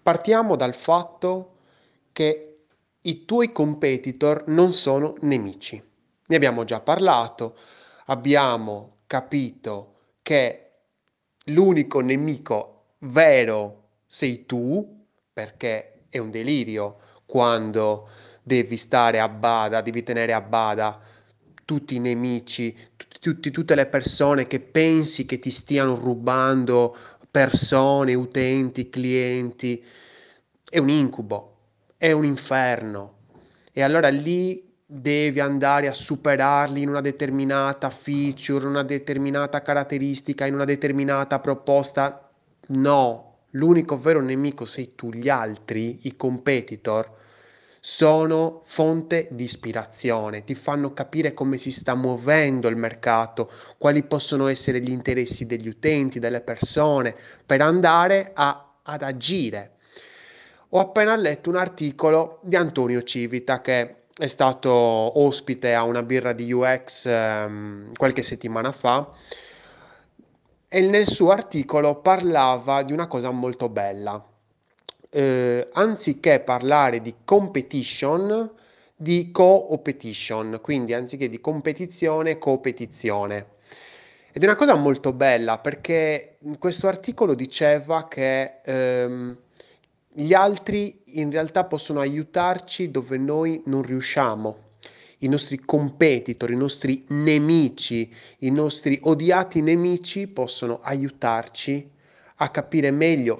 Partiamo dal fatto che i tuoi competitor non sono nemici. Ne abbiamo già parlato, abbiamo capito che l'unico nemico vero sei tu, perché è un delirio quando devi stare a bada, devi tenere a bada tutti i nemici, tutte le persone che pensi che ti stiano rubando persone, utenti, clienti. È un incubo, è un inferno. E allora lì devi andare a superarli in una determinata feature, una determinata caratteristica, in una determinata proposta. No, l'unico vero nemico sei tu, gli altri, i competitor, sono fonte di ispirazione, ti fanno capire come si sta muovendo il mercato, quali possono essere gli interessi degli utenti, delle persone, per andare ad agire. Ho appena letto un articolo di Antonio Civita che è stato ospite a una birra di UX qualche settimana fa e nel suo articolo parlava di una cosa molto bella. Anziché parlare di competition, di co-opetition, quindi anziché di competizione, competizione. Ed è una cosa molto bella perché in questo articolo diceva che gli altri in realtà possono aiutarci dove noi non riusciamo. I nostri competitor, i nostri nemici, i nostri odiati nemici possono aiutarci a capire meglio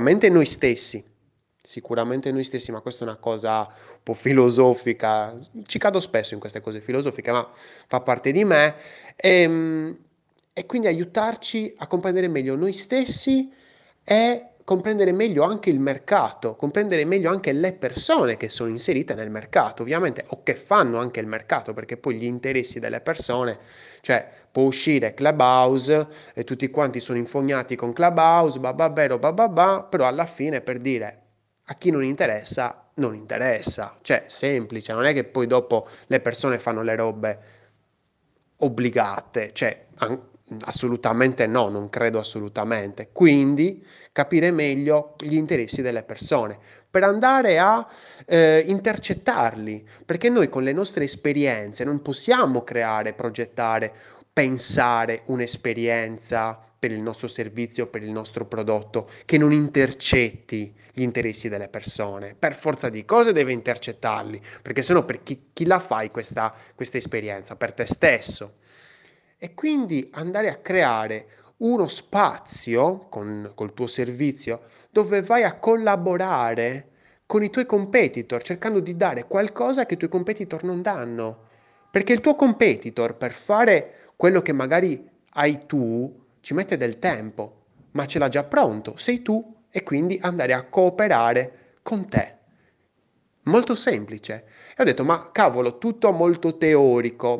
sicuramente noi stessi, ma questa è una cosa un po' filosofica, ci cado spesso in queste cose filosofiche, ma fa parte di me, e, e quindi aiutarci a comprendere meglio noi stessi e comprendere meglio anche il mercato, comprendere meglio anche le persone che sono inserite nel mercato, ovviamente, o che fanno anche il mercato, perché poi gli interessi delle persone, cioè può uscire Clubhouse e tutti quanti sono infognati con Clubhouse, bababero, bababà, però alla fine per dire a chi non interessa, non interessa, cioè semplice, non è che poi dopo le persone fanno le robe obbligate, cioè assolutamente no, non credo assolutamente. Quindi capire meglio gli interessi delle persone per andare a intercettarli, perché noi con le nostre esperienze non possiamo creare, progettare, pensare un'esperienza per il nostro servizio, per il nostro prodotto, che non intercetti gli interessi delle persone. Per forza di cose deve intercettarli, perché sennò per chi la fai questa esperienza? Per te stesso. E quindi andare a creare uno spazio col tuo servizio dove vai a collaborare con i tuoi competitor, cercando di dare qualcosa che i tuoi competitor non danno. Perché il tuo competitor per fare quello che magari hai tu ci mette del tempo, ma ce l'ha già pronto, sei tu e quindi andare a cooperare con te. Molto semplice. E ho detto, ma cavolo, tutto molto teorico,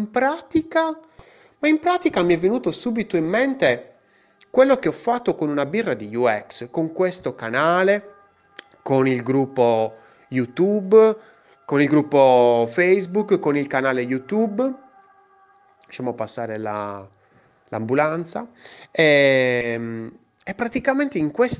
ma in pratica mi è venuto subito in mente quello che ho fatto con una birra di UX, con questo canale, con il gruppo YouTube, con il gruppo Facebook, con il canale YouTube. Lasciamo passare l'ambulanza. E praticamente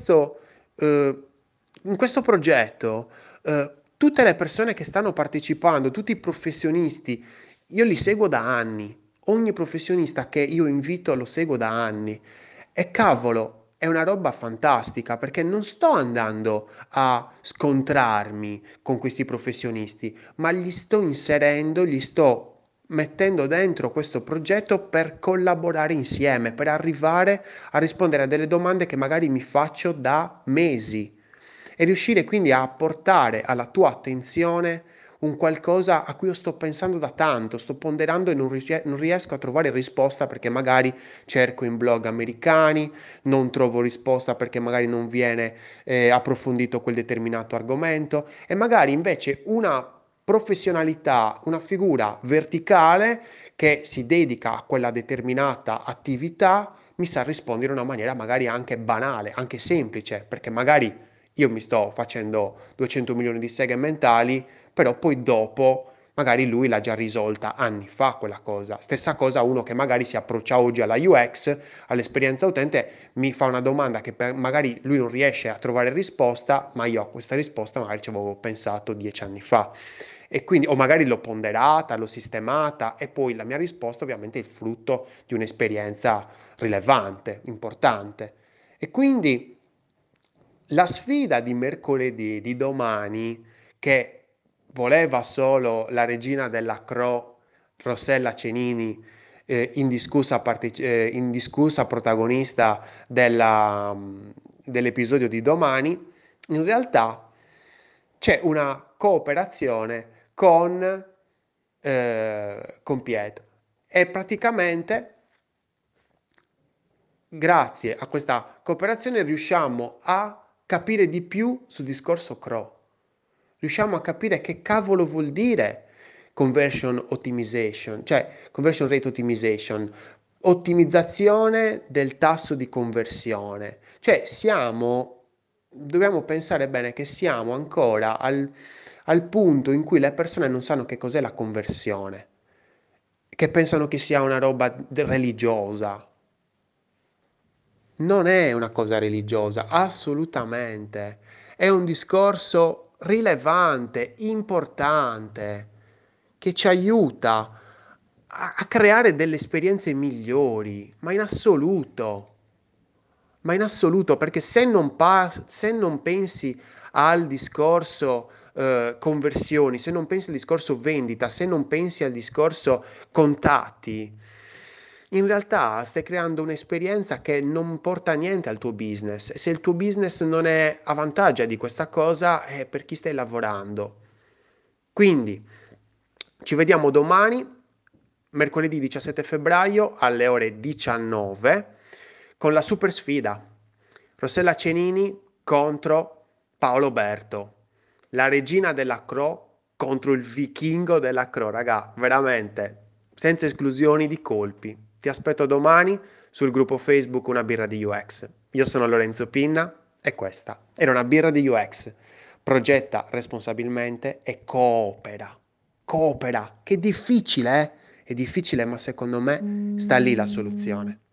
in questo progetto, tutte le persone che stanno partecipando, tutti i professionisti, io li seguo da anni. Ogni professionista che io invito lo seguo da anni. E cavolo, è una roba fantastica perché non sto andando a scontrarmi con questi professionisti, ma li sto inserendo, li sto mettendo dentro questo progetto per collaborare insieme, per arrivare a rispondere a delle domande che magari mi faccio da mesi e riuscire quindi a portare alla tua attenzione un qualcosa a cui io sto pensando da tanto, sto ponderando e non riesco a trovare risposta perché magari cerco in blog americani, non trovo risposta perché magari non viene approfondito quel determinato argomento e magari invece una professionalità, una figura verticale che si dedica a quella determinata attività mi sa rispondere in una maniera magari anche banale, anche semplice, perché magari io mi sto facendo 200 milioni di seghe mentali, però poi dopo magari lui l'ha già risolta anni fa quella cosa. Stessa cosa uno che magari si approccia oggi alla UX, all'esperienza utente, mi fa una domanda che magari lui non riesce a trovare risposta, ma io a questa risposta magari ci avevo pensato 10 anni fa. E quindi, o magari l'ho ponderata, l'ho sistemata e poi la mia risposta ovviamente è il frutto di un'esperienza rilevante, importante. E quindi la sfida di mercoledì, di domani, che voleva solo la regina della Cro, Rossella Cenini, indiscussa protagonista dell'episodio di domani, in realtà c'è una cooperazione con Pietro e praticamente grazie a questa cooperazione riusciamo a capire di più sul discorso CRO. Riusciamo a capire che cavolo vuol dire conversion optimization, cioè conversion rate optimization, ottimizzazione del tasso di conversione. Cioè dobbiamo pensare bene che siamo ancora al punto in cui le persone non sanno che cos'è la conversione, che pensano che sia una roba religiosa. Non è una cosa religiosa, assolutamente. È un discorso rilevante, importante, che ci aiuta a creare delle esperienze migliori, ma in assoluto, perché se non pensi al discorso conversioni, se non pensi al discorso vendita, se non pensi al discorso contatti, in realtà stai creando un'esperienza che non porta niente al tuo business. Se il tuo business non è a vantaggio di questa cosa, è per chi stai lavorando. Quindi ci vediamo domani, mercoledì 17 febbraio alle ore 19, con la super sfida. Rossella Cenini contro Paolo Berto, la regina della Cro contro il vichingo della Cro, raga, veramente, senza esclusioni di colpi. Ti aspetto domani sul gruppo Facebook Una birra di UX. Io sono Lorenzo Pinna e questa era una birra di UX. Progetta responsabilmente e coopera. Coopera, che è difficile, eh? È difficile, ma secondo me sta lì la soluzione.